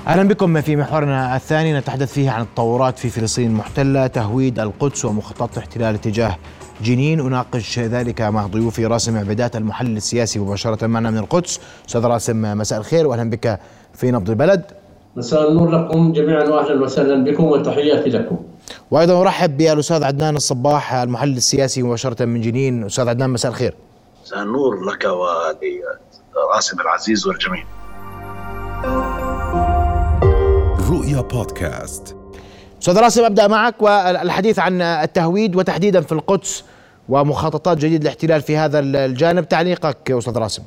أهلا بكم في محورنا الثاني نتحدث فيه عن التطورات في فلسطين المحتلة، تهويد القدس ومخطط الاحتلال اتجاه جنين. أناقش ذلك مع ضيوفي راسم عبيدات المحلل السياسي مباشرة معنا من القدس. أستاذ راسم مساء الخير وأهلا بك في نبض البلد. مساء النور لكم جميعا وأهلا وسهلا بكم وتحياتي لكم. وأيضا أرحب بالأستاذ عدنان الصباح المحلل السياسي مباشرة من جنين. أستاذ عدنان مساء الخير. مساء النور لك ولراسم العزيز والجميع. رؤيا بودكاست. أستاذ راسم أبدأ معك والحديث عن التهويد وتحديدا في القدس ومخططات جديد الاحتلال في هذا الجانب. تعليقك أستاذ راسم.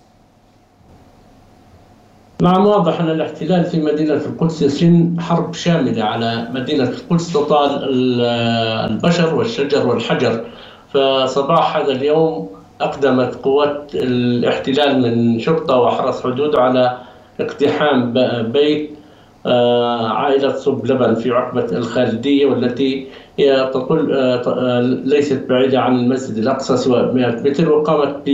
نعم، واضح أن الاحتلال في مدينة القدس يشن حرب شاملة على مدينة القدس تطال البشر والشجر والحجر. فصباح هذا اليوم أقدمت قوات الاحتلال من شرطة وحرس حدود على اقتحام بيت عائلة صب لبن في عقبة الخالدية، والتي هي ليست بعيدة عن المسجد الأقصى سوى 100 متر، وقامت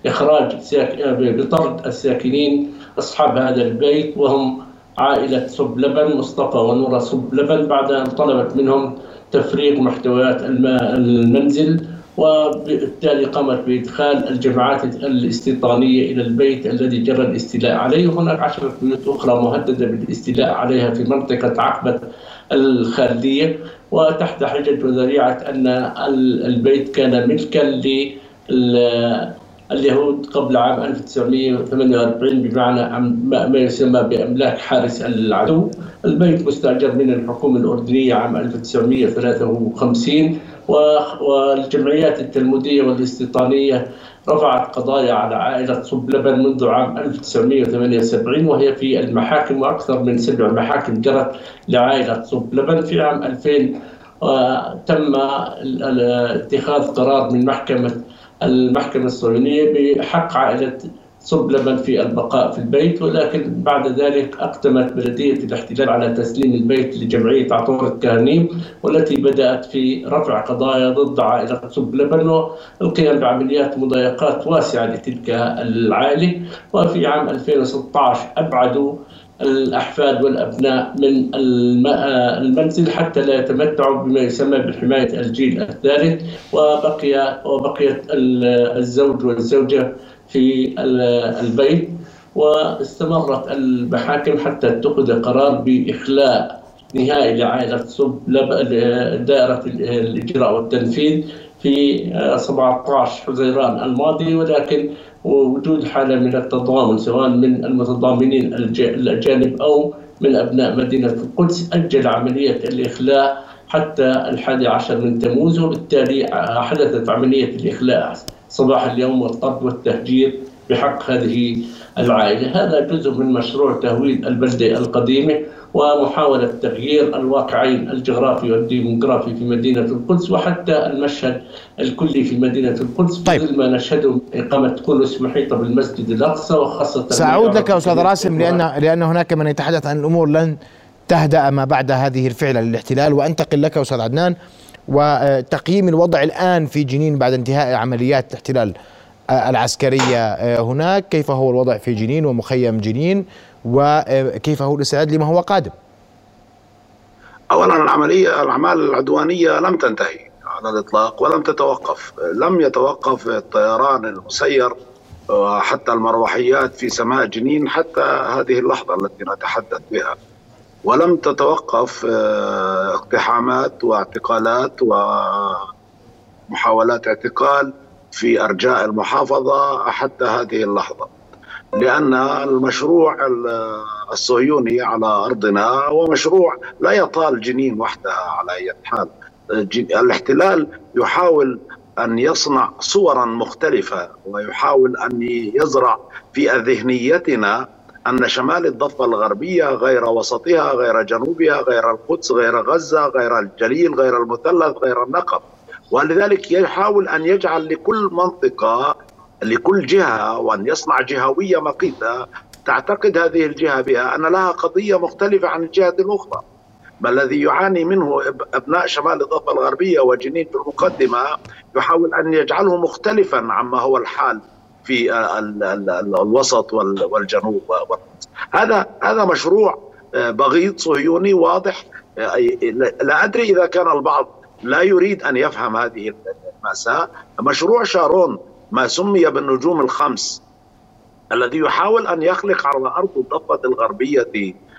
بطرد الساكنين أصحاب هذا البيت وهم عائلة صب لبن مصطفى ونورة صب لبن بعد أن طلبت منهم تفريغ محتويات المنزل، وبالتالي قامت بإدخال الجماعات الاستيطانية إلى البيت الذي جرى الاستيلاء عليه. وهناك 10 بيوت أخرى مهددة بالاستيلاء عليها في منطقة عقبة الخالدية، وتحت حجة وذريعة أن البيت كان ملكا لليهود قبل عام 1948 بمعنى ما يسمى بأملاك حارس العدو. البيت مستأجر من الحكومة الأردنية عام 1953، والجمعيات التلمودية والاستيطانية رفعت قضايا على عائلة صب لبن منذ عام 1978، وهي في المحاكم، وأكثر من 7 محاكم جرت لعائلة صب لبن. في عام 2000 تم اتخاذ قرار من المحكمة الصهيونية بحق عائلة صب لبن في البقاء في البيت، ولكن بعد ذلك أقدمت بلدية الاحتلال على تسليم البيت لجمعية عطور الكهنيم، والتي بدأت في رفع قضايا ضد عائلة صب لبن والقيام بعمليات مضايقات واسعة لتلك العائلة. وفي عام 2016 أبعدوا الأحفاد والأبناء من المنزل حتى لا يتمتعوا بما يسمى بحماية الجيل الثالث، وبقيت الزوج والزوجة في البيت. واستمرت المحاكم حتى اتخذ قرار بإخلاء نهائي لعائلة صب لبن دائرة الإجراء والتنفيذ في 17 حزيران الماضي، ولكن وجود حالة من التضامن سواء من المتضامنين الأجانب أو من أبناء مدينة القدس أجل عملية الإخلاء حتى 11 من تموز، وبالتالي حدثت عملية الإخلاء صباح اليوم والطرد والتهجير بحق هذه العائلة. هذا جزء من مشروع تهويد البلدة القديمة ومحاولة تغيير الواقعين الجغرافي والديموغرافي في مدينة القدس وحتى المشهد الكلي في مدينة القدس. طيب. مثل ما نشهده إقامة كونس محيطة بالمسجد الأقصى، وخاصة سأعود لك أستاذ راسم لأن هناك من يتحدث عن الأمور لن تهدأ ما بعد هذه الفعلة للاحتلال، وأنتقل لك أستاذ عدنان وتقييم الوضع الآن في جنين بعد انتهاء عمليات الاحتلال العسكرية هناك. كيف هو الوضع في جنين ومخيم جنين، وكيف هو الاستعداد لما هو قادم؟ أولا الأعمال العدوانية لم تنتهي على الإطلاق ولم تتوقف. لم يتوقف الطيران المسير حتى المروحيات في سماء جنين حتى هذه اللحظة التي نتحدث بها، ولم تتوقف اقتحامات واعتقالات ومحاولات اعتقال في أرجاء المحافظة حتى هذه اللحظة، لأن المشروع الصهيوني على أرضنا هو مشروع لا يطال جنين وحدها على أي حال. الاحتلال يحاول أن يصنع صورا مختلفة ويحاول أن يزرع في ذهنيتنا أن شمال الضفة الغربية غير وسطها، غير جنوبها، غير القدس، غير غزة، غير الجليل، غير المثلث، غير النقب. ولذلك يحاول أن يجعل لكل منطقة، لكل جهة، وأن يصنع جهوية مقيتة تعتقد هذه الجهة بها أن لها قضية مختلفة عن الجهة الأخرى. ما الذي يعاني منه أبناء شمال الضفة الغربية وجنين في المقدمة يحاول أن يجعله مختلفا عما هو الحال في الوسط والجنوب. هذا مشروع بغيض صهيوني واضح. لا أدري إذا كان البعض لا يريد أن يفهم هذه المأساة. مشروع شارون ما سمي بالنجوم الخمس الذي يحاول أن يخلق على أرض الضفة الغربية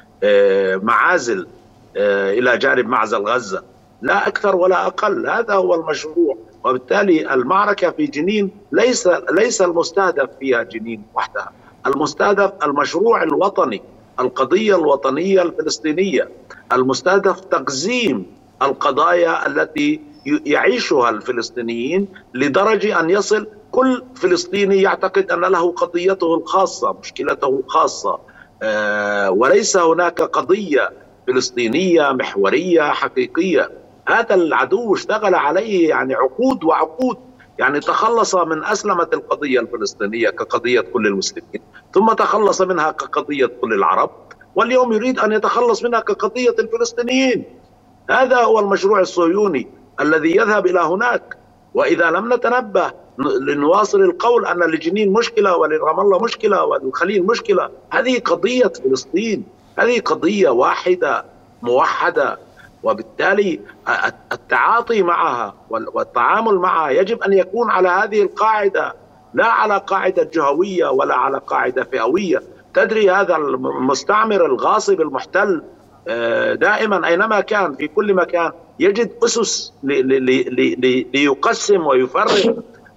معازل إلى جانب معزل غزة، لا أكثر ولا أقل. هذا هو المشروع. وبالتالي المعركة في جنين ليس المستهدف فيها جنين وحدها، المستهدف المشروع الوطني، القضية الوطنية الفلسطينية، المستهدف تقزيم القضايا التي يعيشها الفلسطينيين لدرجة أن يصل كل فلسطيني يعتقد أن له قضيته الخاصة، مشكلته الخاصة، وليس هناك قضية فلسطينية محورية حقيقية. هذا العدو اشتغل عليه يعني عقود وعقود، يعني تخلص من أسلمة القضية الفلسطينية كقضية كل المسلمين، ثم تخلص منها كقضية كل العرب، واليوم يريد أن يتخلص منها كقضية الفلسطينيين. هذا هو المشروع الصهيوني الذي يذهب إلى هناك. وإذا لم نتنبه لنواصل القول أن لجنين مشكلة ولرام الله مشكلة وللخليل مشكلة. هذه قضية فلسطين، هذه قضية واحدة موحدة، وبالتالي التعاطي معها والتعامل معها يجب أن يكون على هذه القاعدة، لا على قاعدة جهوية ولا على قاعدة فئوية. تدري هذا المستعمر الغاصب المحتل دائما أينما كان في كل مكان يجد أسس ليقسم ويفرق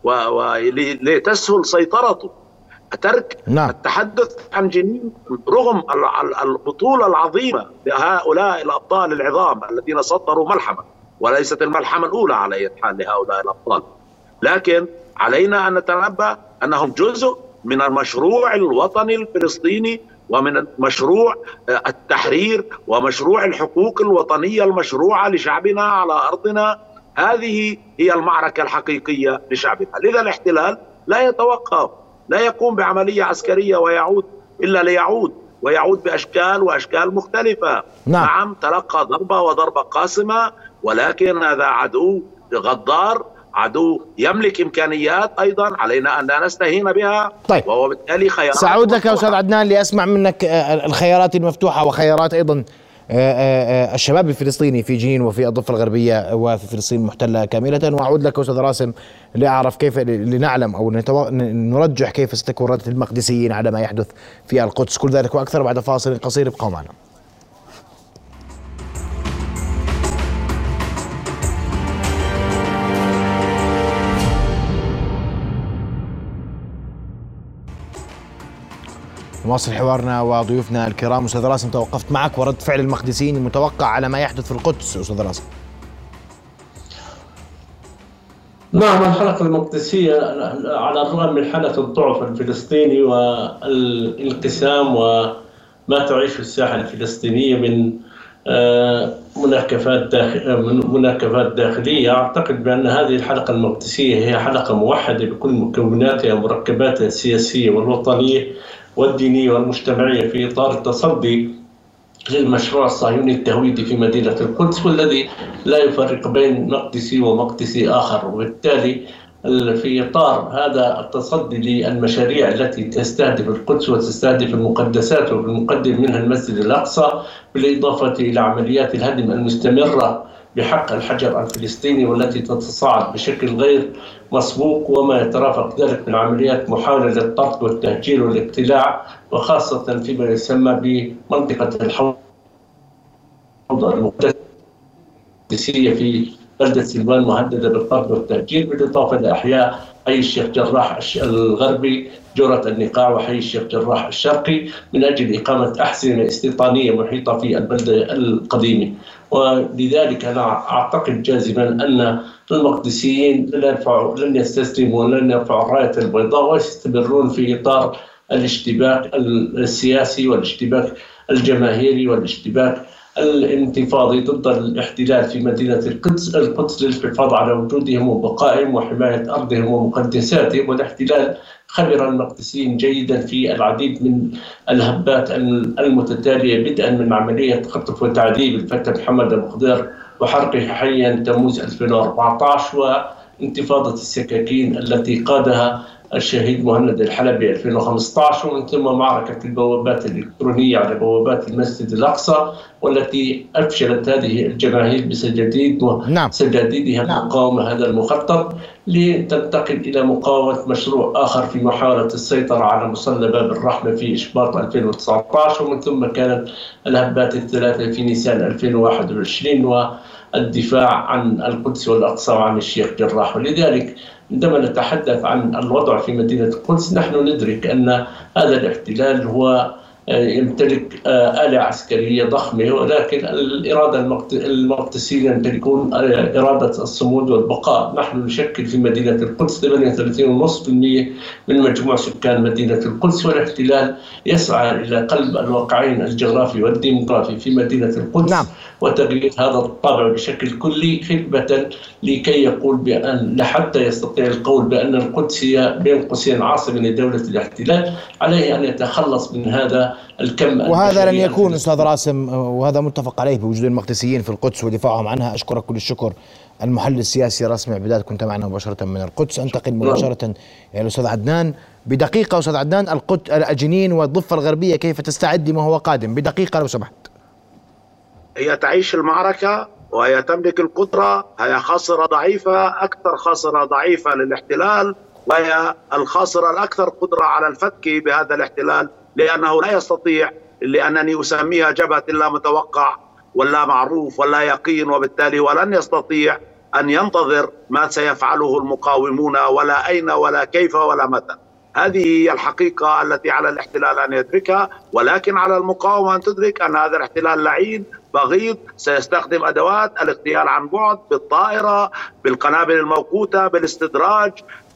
ولتسهل سيطرته. ترك التحدث عن جنين رغم البطولة العظيمة لهؤلاء الأبطال العظام الذين سطروا ملحمة، وليست الملحمة الأولى على أي حال لهؤلاء الأبطال، لكن علينا أن نتنبه أنهم جزء من المشروع الوطني الفلسطيني ومن مشروع التحرير ومشروع الحقوق الوطنية المشروعة لشعبنا على أرضنا. هذه هي المعركة الحقيقية لشعبنا. لذا الاحتلال لا يتوقف، لا يقوم بعملية عسكرية ويعود إلا ليعود، ويعود بأشكال وأشكال مختلفة. نعم تلقى ضربة وضربة قاسمة، ولكن هذا عدو غدار، عدو يملك إمكانيات أيضا علينا أن لا نستهين بها. طيب، وهو بالتالي خيارات. سأعود لك يا أستاذ عدنان لأسمع منك الخيارات المفتوحة وخيارات أيضا الشباب الفلسطيني في جنين وفي الضفة الغربية وفي فلسطين المحتلة كاملة. وأعود لك أستاذ راسم لأعرف كيف لنعلم أو نرجح كيف ستكون ردة المقدسيين على ما يحدث في القدس. كل ذلك وأكثر بعد فاصل قصير، ابقوا معنا. نواصل حوارنا وضيوفنا الكرام. أستاذ راسم، توقفت معك ورد فعل المقدسيين المتوقع على ما يحدث في القدس. أستاذ راسم. نعم، الحلقة المقدسية على الرغم من حالة الضعف الفلسطيني والانقسام وما تعيشه الساحة الفلسطينية من مناكفات داخلية، أعتقد بأن هذه الحلقة المقدسية هي حلقة موحدة بكل مكوناتها ومركباتها السياسية والوطنية والدينية والمجتمعية في إطار التصدي للمشروع الصهيوني التهويدي في مدينة القدس، والذي لا يفرق بين مقدسي ومقدسي آخر. وبالتالي في إطار هذا التصدي للمشاريع التي تستهدف القدس وتستهدف المقدسات، وبالمقدم منها المسجد الأقصى، بالإضافة إلى عمليات الهدم المستمرة بحق الحجر الفلسطيني والتي تتصاعد بشكل غير مسبوق، وما يترافق ذلك من عمليات محاولة للطرد والتهجير والاقتلاع، وخاصة فيما يسمى بمنطقة الحوض المقدسية في بلدة سلوان مهددة بالطرد والتهجير، بالإضافة لأحياء حي الشيخ جراح الغربي، جورة النقاع، وحي الشيخ جراح الشرقي، من أجل إقامة أحصنة استيطانية محيطة في البلدة القديمة. ولذلك أنا أعتقد جازما أن المقدسيين لن يستسلموا ولن يرفعوا الراية البيضاء، ويستمرون في إطار الاشتباك السياسي والاشتباك الجماهيري والاشتباك الانتفاضي ضد الاحتلال في مدينة القدس للحفاظ على وجودهم وبقائهم وحماية أرضهم ومقدساتهم. والاحتلال خبر المقدسيين جيدا في العديد من الهبات المتتالية، بدءا من عملية خطف وتعذيب الفتى محمد أبو خضير وحرقه حيا تموز 2014، وانتفاضة السكاكين التي قادها الشهيد مهند الحلبي 2015، ومن ثم معركة البوابات الإلكترونية على بوابات المسجد الأقصى، والتي أفشلت هذه الجماهير بسجاديدها مقاومة هذا المخطط، لتنتقل إلى مقاومة مشروع آخر في محاولة السيطرة على مصلى باب الرحمة في إشباط 2019، ومن ثم كانت الهبات الثلاثة في نيسان 2021 والدفاع عن القدس والأقصى وعن الشيخ جراح. ولذلك عندما نتحدث عن الوضع في مدينة القدس نحن ندرك أن هذا الاحتلال هو يمتلك آلة عسكرية ضخمة، ولكن الإرادة المقدسيين يمتلكون إرادة الصمود والبقاء. نحن نشكل في مدينة القدس 38.5% من مجموع سكان مدينة القدس، والاحتلال يسعى إلى قلب الواقعين الجغرافي والديموغرافي في مدينة القدس وتغيير هذا الطابع بشكل كلي خدمة لكي يقول بأن حتى يستطيع القول بأن القدس هي بين قوسين عاصمة لدولة الاحتلال، عليه أن يتخلص من هذا الكم. وهذا لن يكون أستاذ راسم، وهذا متفق عليه بوجود المقدسيين في القدس ودفاعهم عنها. أشكرك كل الشكر المحلل السياسي راسم عبيدات، كنت معنا مباشرة من القدس. أنتقل مباشرة إلى الأستاذ عدنان بدقيقة. أستاذ عدنان، الجنين والضفة الغربية كيف تستعد لما هو قادم بدقيقة لو سمحت؟ هي تعيش المعركة وهي تملك القدرة، هي خاصرة ضعيفة، أكثر خاصرة ضعيفة للاحتلال، وهي الخاصرة الأكثر قدرة على الفتك بهذا الاحتلال، لأنه لا يستطيع، لأنني أسميها جبهة لا متوقع ولا معروف ولا يقين، وبالتالي ولن يستطيع أن ينتظر ما سيفعله المقاومون ولا أين ولا كيف ولا متى. هذه هي الحقيقة التي على الاحتلال أن يدركها، ولكن على المقاومة أن تدرك أن هذا الاحتلال لعين بغيض، سيستخدم أدوات الاغتيال عن بعد، بالطائرة، بالقنابل الموقوتة، بالاستدراج،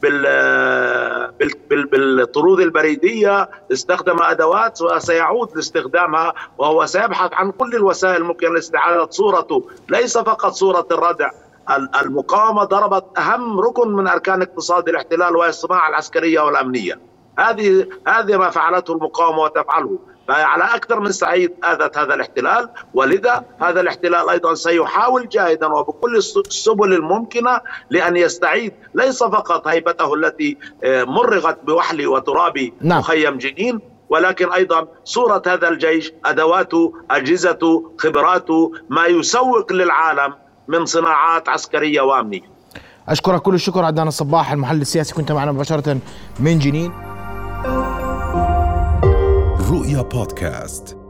بالطرود البريدية. استخدم أدوات وسيعود لاستخدامها، وهو سيبحث عن كل الوسائل الممكنة لاستعادة صورته، ليس فقط صورة الردع. المقاومة ضربت أهم ركن من أركان اقتصاد الاحتلال، وهي الصناعة العسكرية والأمنية. هذه ما فعلته المقاومة وتفعله، فعلى أكثر من صعيد آذت هذا الاحتلال، ولذا هذا الاحتلال أيضا سيحاول جاهدا وبكل السبل الممكنة لأن يستعيد ليس فقط هيبته التي مرغت بوحل وتراب مخيم جنين، ولكن أيضا صورة هذا الجيش، أدواته، أجهزته، خبراته، ما يسوق للعالم من صناعات عسكرية وأمنية. أشكرك كل الشكر عدنان الصباح المحلل السياسي، كنت معنا مباشرة من جنين. رؤيا بودكاست.